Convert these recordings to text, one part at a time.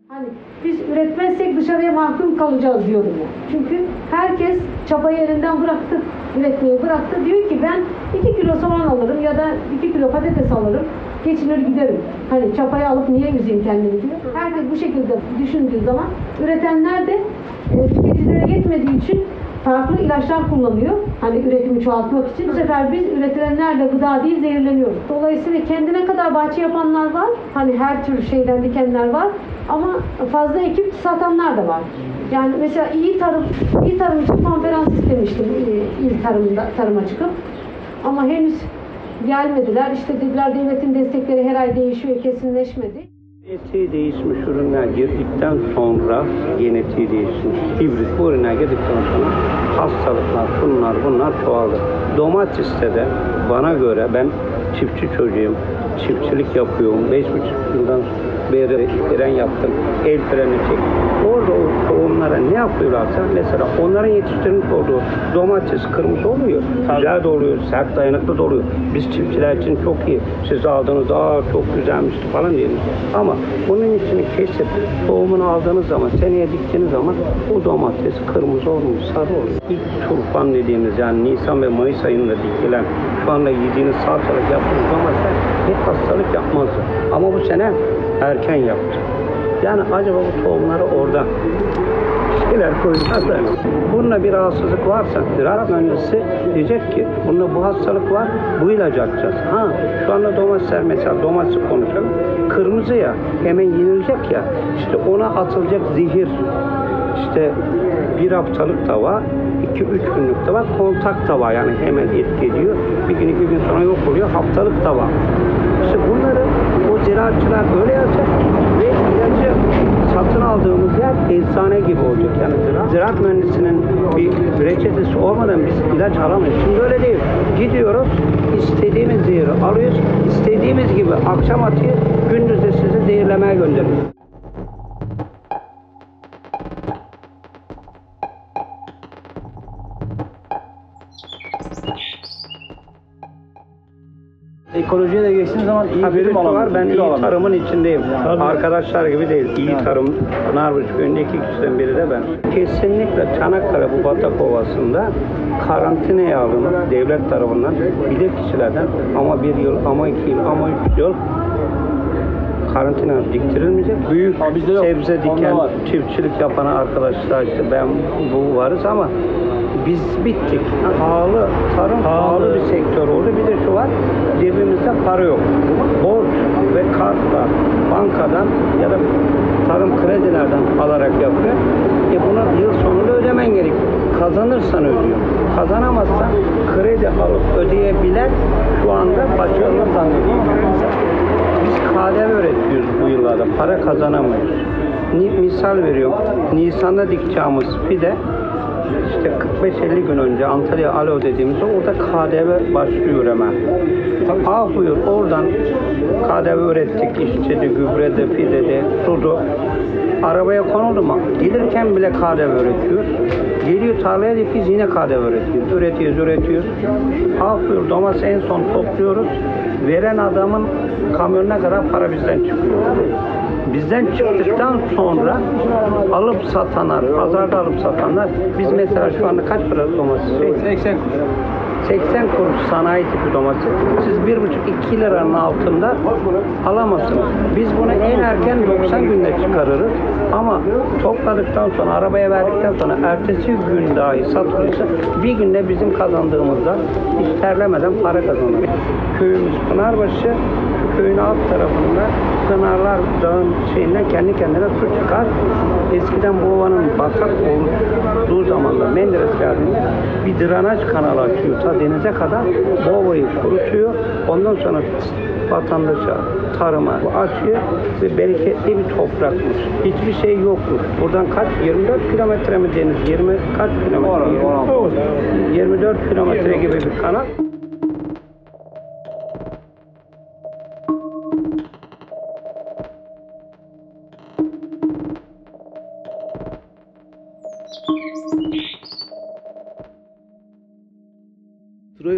Hani biz üretmezsek dışarıya mahkum kalacağız diyorum ya. Çünkü herkes çabayı elinden bıraktı, üretmeyi bıraktı. Diyor ki ben 2 kilo soğan alırım ya da 2 kilo patates alırım, geçinir giderim. Hani çapayı alıp niye üzeyim kendimi diyor. Herkes bu şekilde düşündüğü zaman üretenler de tüketicilere yetmediği için farklı ilaçlar kullanıyor. Hani üretimi çoğaltmak için. Bu sefer biz üretilenler de gıda değil zehirleniyoruz. Dolayısıyla kendine kadar bahçe yapanlar var. Hani her tür şeyden dikenler var. Ama fazla ekip satanlar da var. Yani mesela iyi tarım için konferans istemiştim tarıma çıkıp. Ama henüz gelmediler. İşte dediler devletin destekleri her ay değişiyor, kesinleşmedi. Genetiği değişmiş ürünler girdikten sonra genetiği değişmiş hibrit bu ürüne girdikten sonra hastalıklar, bunlar çoğaldı. Domateste de bana göre ben çiftçi çocuğum, çiftçilik yapıyorum. 5,5 yıldan beri fren yaptım. El freni çektim. Orada o tohumlara ne yapıyorlarsa mesela onların yetiştirmiş olduğu domates kırmızı oluyor. Güzel de oluyor, sert dayanıklı da oluyor. Biz çiftçiler için çok iyi. Siz aldığınız çok güzelmişti falan diyelim. Ama bunun içini kesip tohumunu aldığınız zaman, seneye diktiğiniz zaman o domates kırmızı olmuyor, sarı oluyor. İlk turfan dediğimiz yani Nisan ve Mayıs ayında dikilen şu anda yediğiniz salatalık yaptığınız domatesler hiç hastalık yapmazdı. Ama bu sene erken yaptı. Yani acaba bu tohumları oradan şeyler koyacaklar. Bununla bir rahatsızlık varsa ziraat mühendisi diyecek ki bunda bu hastalık var, bu ilacı atacağız. Şu anda domatesler mesela domatesi konuşalım. Kırmızı ya hemen yenilecek ya işte ona atılacak zehir işte bir haftalık da var, 2-3 günlük de var, kontak da var yani hemen etki ediyor. Bir gün 2 gün sonra yok oluyor, haftalık da var. İşte bunları o ziraatçılar öyle yapacak ve ilacı satın aldığımız yer eczane gibi olacak. Yani ziraat mühendisinin bir reçetesi olmadan biz ilaç alamayız. Şimdi öyle değil. Gidiyoruz, istediğimiz zehri alıyoruz, istediğimiz gibi akşam atıyor, gündüz de sizi zehirlemeye gönderiyor. Ekolojiye de geçtiğiniz zaman iyi verim alamıyorsunuz. Ben iyi tarımın içindeyim. Tabii. Arkadaşlar gibi değil. İyi tarım, Pınarbaşı köyünde 2 kişiden biri de ben. Kesinlikle Çanakkale bu Batak Ovası'nda karantinaya alınıp devlet tarafından bilir kişilerden ama 1 yıl, ama 2 yıl, ama 3 yıl karantina diktirilmeyecek. Büyük sebze diken, çiftçilik yapan arkadaşlar işte ben bu varız ama biz bittik. Tarım pahalı bir sektör oldu. Bir de şu var, cebimizde para yok. Borç ve kartla, bankadan ya da tarım kredilerden alarak yapıyor. Bunu yıl sonunda ödemen gerekiyor. Kazanırsan ödüyor. Kazanamazsan kredi alıp ödeyebilen şu anda başarılı zannediyor. Biz KDV öğretiyoruz bu yıllarda. Para kazanamıyoruz. Misal veriyorum. Nisan'da dikeceğimiz fide İşte 45-50 gün önce Antalya Alo dediğimizde orada KDV başlıyor hemen. Buyur oradan KDV ürettik. İşçiydi, gübrede, fidede, sudu. Arabaya konuldu mu? Gelirken bile KDV üretiyor. Geliyor tarlaya dikiyoruz yine KDV üretiyoruz. Üretiyoruz. Buyur domates en son topluyoruz. Veren adamın kamyonuna kadar para bizden çıkıyor. Bizden çıktıktan sonra alıp satanlar, pazarda alıp satanlar, biz mesela şu anda kaç para domates? 80 kuruş. 80 kuruş sanayi tipi domates. Siz 1,5-2 liranın altında alamazsınız. Biz bunu en erken 90 günde çıkarırız. Ama topladıktan sonra, arabaya verdikten sonra ertesi gün dahi satılırsa bir günde bizim kazandığımızdan hiç terlemeden para kazanırız. Köyümüz Pınarbaşı. Köyün alt tarafında Pınarlar Dağı'nın şeyinden kendi kendine su çıkar. Eskiden bu ovanın batak olduğu zamanlar Menderes Yardımı'nda bir drenaj kanalı açıyor ta denize kadar. Bu ovayı kurutuyor. Ondan sonra vatandaşa tarıma açıyor ve bereketli bir toprakmış. Hiçbir şey yokmuş. Buradan kaç? 24 kilometre mi deniz? 20 kaç kilometre? 24 kilometre gibi bir kanal. Sırayı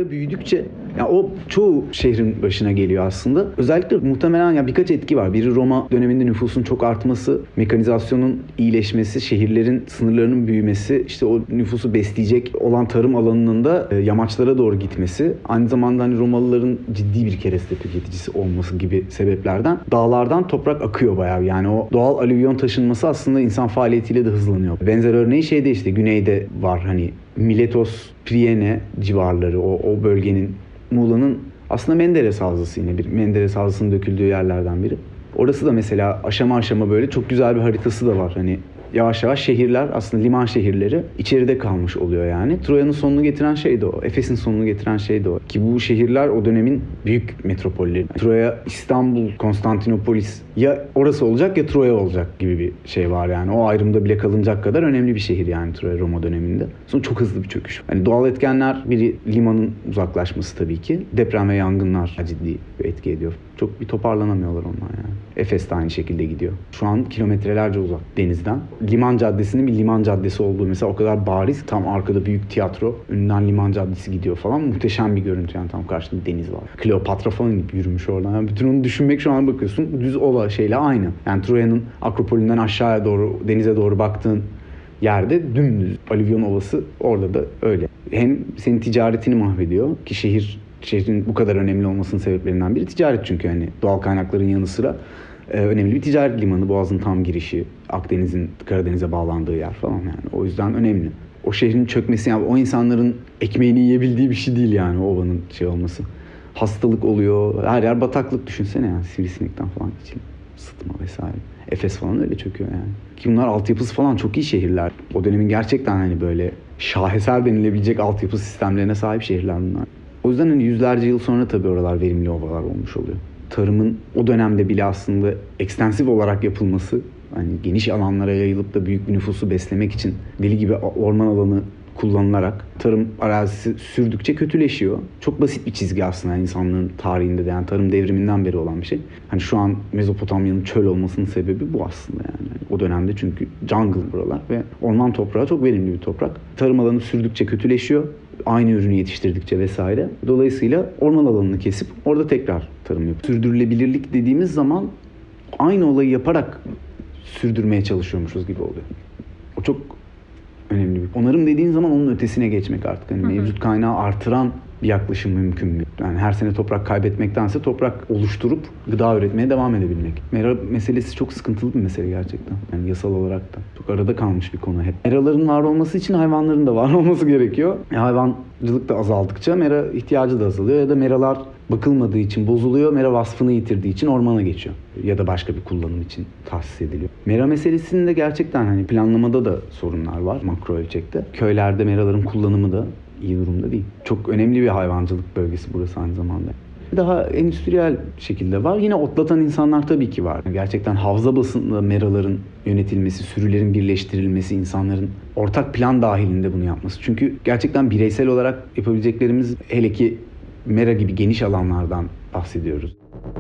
böyle büyüdükçe ya o çoğu şehrin başına geliyor aslında. Özellikle muhtemelen ya birkaç etki var. Biri Roma döneminde nüfusun çok artması, mekanizasyonun iyileşmesi, şehirlerin sınırlarının büyümesi, işte o nüfusu besleyecek olan tarım alanının da yamaçlara doğru gitmesi, aynı zamanda hani Romalıların ciddi bir kereste tüketicisi olması gibi sebeplerden dağlardan toprak akıyor bayağı. Yani o doğal alüvyon taşınması aslında insan faaliyetiyle de hızlanıyor. Benzer örneği şeyde işte güneyde var, hani Miletos, Priene civarları, o bölgenin, Muğla'nın aslında Menderes Havzası, yine bir Menderes Havzası'nın döküldüğü yerlerden biri. Orası da mesela aşama aşama böyle çok güzel bir haritası da var. Hani yavaş yavaş şehirler, aslında liman şehirleri içeride kalmış oluyor yani. Troya'nın sonunu getiren şey de o. Efes'in sonunu getiren şey de o. Ki bu şehirler o dönemin büyük metropolleri. Troya, İstanbul, Konstantinopolis ya orası olacak ya Troya olacak gibi bir şey var yani. O ayrımda bile kalınacak kadar önemli bir şehir yani Troya Roma döneminde. Sonra çok hızlı bir çöküş. Hani doğal etkenler, biri limanın uzaklaşması tabii ki. Deprem ve yangınlar ciddi bir etki ediyor. Çok bir toparlanamıyorlar onlar yani. Efes de aynı şekilde gidiyor. Şu an kilometrelerce uzak denizden. Liman Caddesi'nin bir liman caddesi olduğu mesela o kadar bariz. Tam arkada büyük tiyatro. Önünden liman caddesi gidiyor falan. Muhteşem bir görüntü yani, tam karşısında deniz var. Kleopatra falan inip yürümüş oradan. Yani bütün onu düşünmek, şu an bakıyorsun düz ova şeyle aynı. Yani Troya'nın Akropolü'nden aşağıya doğru, denize doğru baktığın yerde dümdüz. Alüvyon ovası orada da öyle. Hem senin ticaretini mahvediyor ki şehrin bu kadar önemli olmasının sebeplerinden biri ticaret, çünkü hani doğal kaynakların yanı sıra önemli bir ticaret limanı. Boğaz'ın tam girişi, Akdeniz'in Karadeniz'e bağlandığı yer falan yani. O yüzden önemli. O şehrin çökmesi, yani o insanların ekmeğini yiyebildiği bir şey değil yani o ovanın şey olması. Hastalık oluyor. Her yer bataklık, düşünsene yani, sivrisinekten falan için. Sıtma vesaire. Efes falan öyle çöküyor yani. Ki bunlar altyapısı falan çok iyi şehirler. O dönemin gerçekten hani böyle şaheser denilebilecek altyapı sistemlerine sahip şehirler bunlar. O yüzden hani yüzlerce yıl sonra tabii oralar verimli ovalar olmuş oluyor. Tarımın o dönemde bile aslında ekstensif olarak yapılması, hani geniş alanlara yayılıp da büyük bir nüfusu beslemek için deli gibi orman alanı kullanılarak tarım arazisi sürdükçe kötüleşiyor. Çok basit bir çizgi aslında insanlığın tarihinde de, yani tarım devriminden beri olan bir şey. Hani şu an Mezopotamya'nın çöl olmasının sebebi bu aslında yani. O dönemde çünkü jungle buralar ve orman toprağı çok verimli bir toprak. Tarım alanı sürdükçe kötüleşiyor. Aynı ürünü yetiştirdikçe vesaire. Dolayısıyla orman alanını kesip orada tekrar tarım yapıyor. Sürdürülebilirlik dediğimiz zaman aynı olayı yaparak sürdürmeye çalışıyormuşuz gibi oluyor. O çok önemli bir. Onarım dediğin zaman onun ötesine geçmek artık. Hani mevcut kaynağı artıran bir yaklaşım mümkün mü? Yani her sene toprak kaybetmektense toprak oluşturup gıda üretmeye devam edebilmek. Mera meselesi çok sıkıntılı bir mesele gerçekten. Yani yasal olarak da. Çok arada kalmış bir konu hep. Meraların var olması için hayvanların da var olması gerekiyor. Hayvancılık da azaldıkça mera ihtiyacı da azalıyor. Ya da meralar bakılmadığı için bozuluyor. Mera vasfını yitirdiği için ormana geçiyor. Ya da başka bir kullanım için tahsis ediliyor. Mera meselesinde gerçekten hani planlamada da sorunlar var makro ölçekte. Köylerde meraların kullanımı da iyi durumda değil. Çok önemli bir hayvancılık bölgesi burası aynı zamanda. Daha endüstriyel şekilde var. Yine otlatan insanlar tabii ki var. Gerçekten havza basında meraların yönetilmesi, sürülerin birleştirilmesi, insanların ortak plan dahilinde bunu yapması. Çünkü gerçekten bireysel olarak yapabileceklerimiz, hele ki mera gibi geniş alanlardan bahsediyoruz.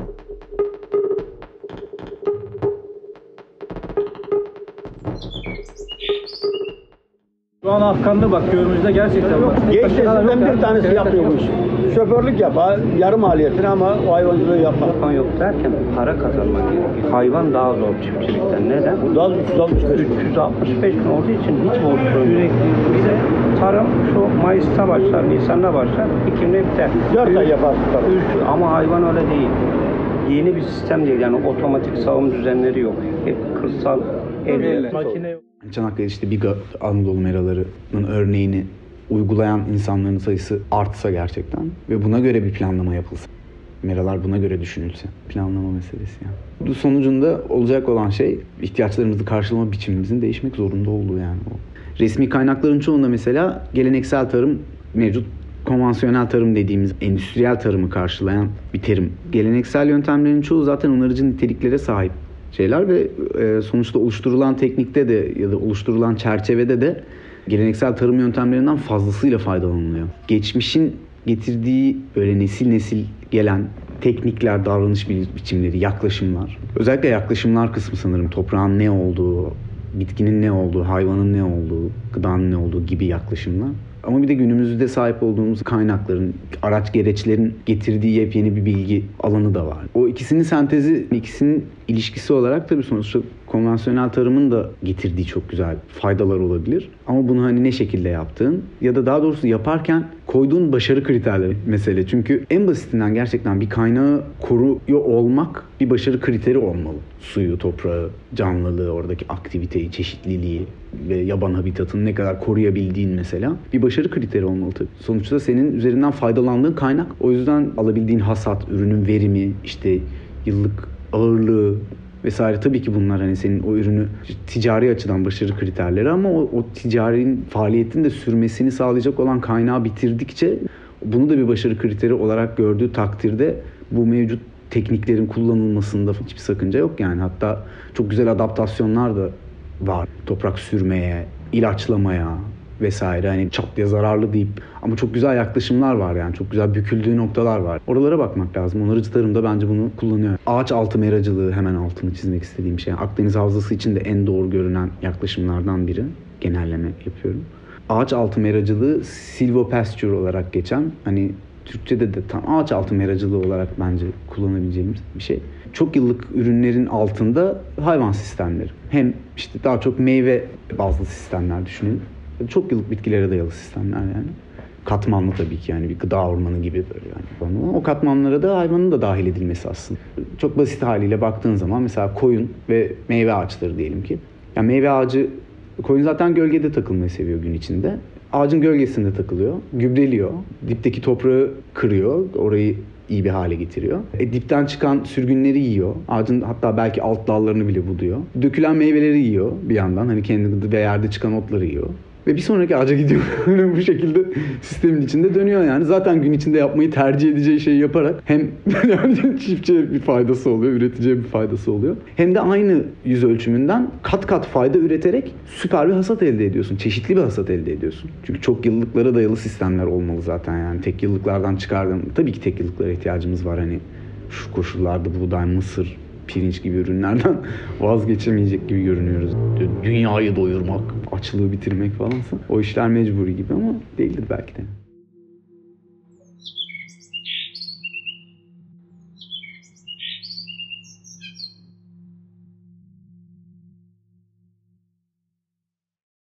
Şu an Afgan'da bak köyümüzde gerçekten bak. Gençlerinden bir tanesi yapıyormuş. Şoförlük yapar, yarım maliyetine ama o hayvancılığı yapmaz. Hayvan yok derken para kazanmak gerekiyor. Hayvan daha zor çiftçilikten. Neden? Bu da 365 365 gün olduğu için hiç boş sürekli. Bir de tarım şu Mayıs'ta başlar, Nisan'da başlar, Ekim'de biter. 4 ay yapar tarım. Ama hayvan öyle değil. Yeni bir sistem değil, yani otomatik sağım düzenleri yok. Hep kırsal Makine yok. Çanakkale işte Biga Anadolu meralarının örneğini uygulayan insanların sayısı artsa gerçekten ve buna göre bir planlama yapılsa, meralar buna göre düşünülse, planlama meselesi yani. Bu sonucunda olacak olan şey, ihtiyaçlarımızı karşılama biçimimizin değişmek zorunda olduğu yani o. Resmi kaynakların çoğunda mesela geleneksel tarım mevcut, konvansiyonel tarım dediğimiz endüstriyel tarımı karşılayan bir terim. Geleneksel yöntemlerin çoğu zaten onarıcı niteliklere sahip şeyler ve sonuçta oluşturulan teknikte de ya da oluşturulan çerçevede de geleneksel tarım yöntemlerinden fazlasıyla faydalanılıyor. Geçmişin getirdiği böyle nesil nesil gelen teknikler, davranış biçimleri, yaklaşımlar. Özellikle yaklaşımlar kısmı sanırım toprağın ne olduğu, bitkinin ne olduğu, hayvanın ne olduğu, gıdanın ne olduğu gibi yaklaşımlar Ama bir de günümüzde sahip olduğumuz kaynakların, araç gereçlerin getirdiği yepyeni bir bilgi alanı da var. O ikisinin sentezi, ikisinin ilişkisi olarak tabii sonuçta konvansiyonel tarımın da getirdiği çok güzel faydalar olabilir. Ama bunu hani ne şekilde yaptığın ya da daha doğrusu yaparken koyduğun başarı kriterleri mesele. Çünkü en basitinden gerçekten bir kaynağı koruyor olmak bir başarı kriteri olmalı. Suyu, toprağı, canlılığı, oradaki aktiviteyi, çeşitliliği ve yaban habitatını ne kadar koruyabildiğin mesela bir başarı kriteri olmalı tabii. Sonuçta senin üzerinden faydalandığın kaynak. O yüzden alabildiğin hasat, ürünün verimi, işte yıllık ağırlığı vesaire, tabii ki bunlar hani senin o ürünü ticari açıdan başarı kriterleri ama o ticarin faaliyetin de sürmesini sağlayacak olan kaynağı bitirdikçe bunu da bir başarı kriteri olarak gördüğü takdirde bu mevcut tekniklerin kullanılmasında hiçbir sakınca yok yani. Hatta çok güzel adaptasyonlar da var. Toprak sürmeye, ilaçlamaya vesaire, hani çat diye zararlı deyip ama çok güzel yaklaşımlar var yani. Çok güzel büküldüğü noktalar var. Oralara bakmak lazım. Onarıcı tarım da bence bunu kullanıyor. Ağaç altı meracılığı, hemen altını çizmek istediğim şey. Akdeniz Havzası için de en doğru görünen yaklaşımlardan biri. Genelleme yapıyorum. Ağaç altı meracılığı silvopasture olarak geçen, hani Türkçe'de de tam ağaç altı meracılığı olarak bence kullanabileceğimiz bir şey. Çok yıllık ürünlerin altında hayvan sistemleri. Hem işte daha çok meyve bazlı sistemler düşünelim. Çok yıllık bitkilere dayalı sistemler yani. Katmanlı tabii ki, yani bir gıda ormanı gibi böyle yani. O katmanlara da hayvanın da dahil edilmesi aslında. Çok basit haliyle baktığın zaman mesela koyun ve meyve ağaçları diyelim ki. Yani meyve ağacı, koyun zaten gölgede takılmayı seviyor gün içinde. Ağacın gölgesinde takılıyor, gübreliyor, dipteki toprağı kırıyor, orayı iyi bir hale getiriyor. Dipten çıkan sürgünleri yiyor. Ağacın hatta belki alt dallarını bile buluyor. Dökülen meyveleri yiyor bir yandan. Hani kendi ve yerde çıkan otları yiyor. Ve bir sonraki ağaca gidiyor. Bu şekilde sistemin içinde dönüyor yani. Zaten gün içinde yapmayı tercih edeceği şeyi yaparak hem yani çiftçiye bir faydası oluyor, üreticiye bir faydası oluyor. Hem de aynı yüz ölçümünden kat kat fayda üreterek süper bir hasat elde ediyorsun. Çeşitli bir hasat elde ediyorsun. Çünkü çok yıllıklara dayalı sistemler olmalı zaten yani. Tek yıllıklardan çıkardığım, tabii ki tek yıllıklara ihtiyacımız var. Hani şu koşullarda buğday, mısır, pirinç gibi ürünlerden vazgeçemeyecek gibi görünüyoruz. Dünyayı doyurmak, açlığı bitirmek falansa o işler mecburi gibi ama değildir belki de.